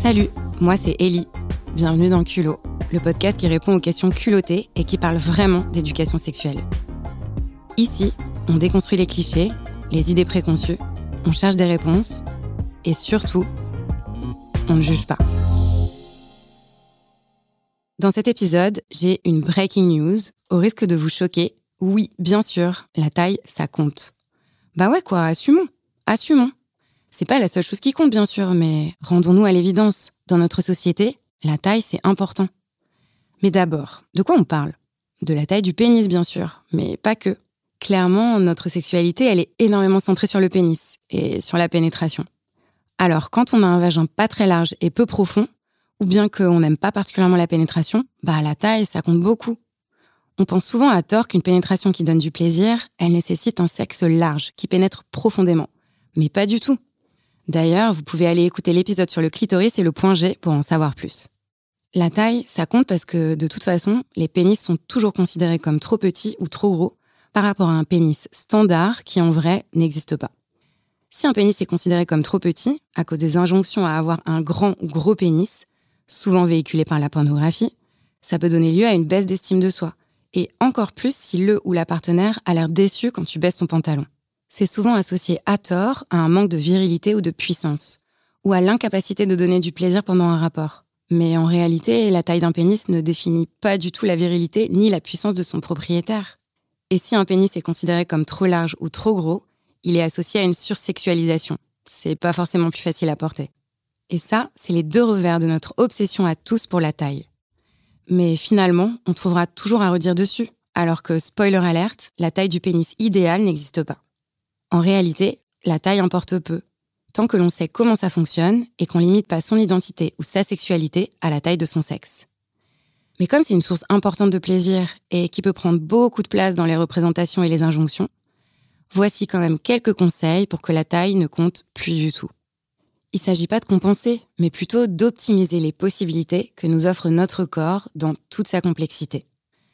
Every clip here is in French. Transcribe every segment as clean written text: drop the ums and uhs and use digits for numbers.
Salut, moi c'est Ellie. Bienvenue dans Culot, le podcast qui répond aux questions culottées et qui parle vraiment d'éducation sexuelle. Ici, on déconstruit les clichés, les idées préconçues, on cherche des réponses et surtout, on ne juge pas. Dans cet épisode, j'ai une breaking news. Au risque de vous choquer, oui, bien sûr, la taille, ça compte. Bah ouais quoi, assumons. C'est pas la seule chose qui compte, bien sûr, mais rendons-nous à l'évidence. Dans notre société, la taille, c'est important. Mais d'abord, de quoi on parle ? De la taille du pénis, bien sûr, mais pas que. Clairement, notre sexualité, elle est énormément centrée sur le pénis et sur la pénétration. Alors, quand on a un vagin pas très large et peu profond, ou bien qu'on n'aime pas particulièrement la pénétration, la taille, ça compte beaucoup. On pense souvent à tort qu'une pénétration qui donne du plaisir, elle nécessite un sexe large, qui pénètre profondément. Mais pas du tout. D'ailleurs, vous pouvez aller écouter l'épisode sur le clitoris et le point G pour en savoir plus. La taille, ça compte parce que, de toute façon, les pénis sont toujours considérés comme trop petits ou trop gros par rapport à un pénis standard qui, en vrai, n'existe pas. Si un pénis est considéré comme trop petit, à cause des injonctions à avoir un grand ou gros pénis, souvent véhiculées par la pornographie, ça peut donner lieu à une baisse d'estime de soi. Et encore plus si le ou la partenaire a l'air déçu quand tu baisses ton pantalon. C'est souvent associé à tort à un manque de virilité ou de puissance, ou à l'incapacité de donner du plaisir pendant un rapport. Mais en réalité, la taille d'un pénis ne définit pas du tout la virilité ni la puissance de son propriétaire. Et si un pénis est considéré comme trop large ou trop gros, il est associé à une sursexualisation. C'est pas forcément plus facile à porter. Et ça, c'est les deux revers de notre obsession à tous pour la taille. Mais finalement, on trouvera toujours à redire dessus, alors que, spoiler alert, la taille du pénis idéal n'existe pas. En réalité, la taille importe peu, tant que l'on sait comment ça fonctionne et qu'on limite pas son identité ou sa sexualité à la taille de son sexe. Mais comme c'est une source importante de plaisir et qui peut prendre beaucoup de place dans les représentations et les injonctions, voici quand même quelques conseils pour que la taille ne compte plus du tout. Il ne s'agit pas de compenser, mais plutôt d'optimiser les possibilités que nous offre notre corps dans toute sa complexité.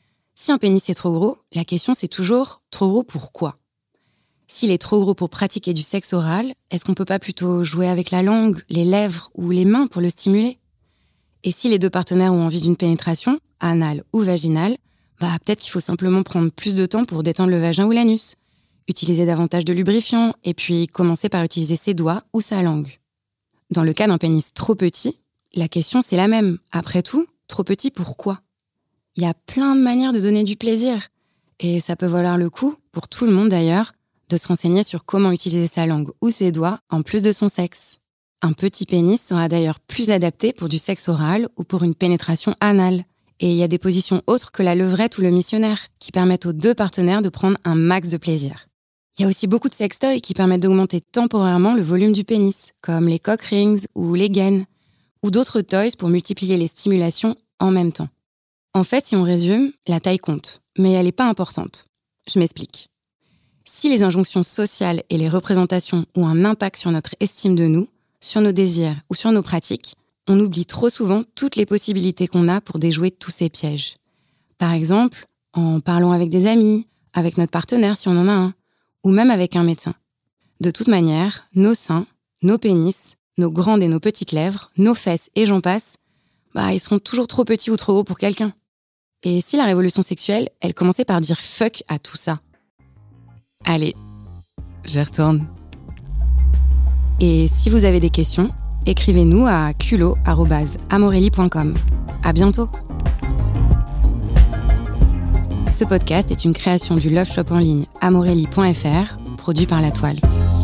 Si un pénis est trop gros, la question c'est toujours « trop gros pour quoi ?» S'il est trop gros pour pratiquer du sexe oral, est-ce qu'on peut pas plutôt jouer avec la langue, les lèvres ou les mains pour le stimuler ? Et si les deux partenaires ont envie d'une pénétration, anale ou vaginale, peut-être qu'il faut simplement prendre plus de temps pour détendre le vagin ou l'anus, utiliser davantage de lubrifiant et puis commencer par utiliser ses doigts ou sa langue. Dans le cas d'un pénis trop petit, la question c'est la même. Après tout, trop petit pourquoi ? Il y a plein de manières de donner du plaisir. Et ça peut valoir le coup, pour tout le monde d'ailleurs, de se renseigner sur comment utiliser sa langue ou ses doigts en plus de son sexe. Un petit pénis sera d'ailleurs plus adapté pour du sexe oral ou pour une pénétration anale. Et il y a des positions autres que la levrette ou le missionnaire qui permettent aux deux partenaires de prendre un max de plaisir. Il y a aussi beaucoup de sextoys qui permettent d'augmenter temporairement le volume du pénis, comme les cock rings ou les gaines, ou d'autres toys pour multiplier les stimulations en même temps. En fait, si on résume, la taille compte, mais elle n'est pas importante. Je m'explique. Si les injonctions sociales et les représentations ont un impact sur notre estime de nous, sur nos désirs ou sur nos pratiques, on oublie trop souvent toutes les possibilités qu'on a pour déjouer tous ces pièges. Par exemple, en parlant avec des amis, avec notre partenaire si on en a un, ou même avec un médecin. De toute manière, nos seins, nos pénis, nos grandes et nos petites lèvres, nos fesses et j'en passe, ils seront toujours trop petits ou trop gros pour quelqu'un. Et si la révolution sexuelle, elle commençait par dire fuck à tout ça ? Allez, je retourne. Et si vous avez des questions, écrivez-nous à culot@amorelli.com. À bientôt. Ce podcast est une création du love shop en ligne amorelli.fr, produit par La Toile.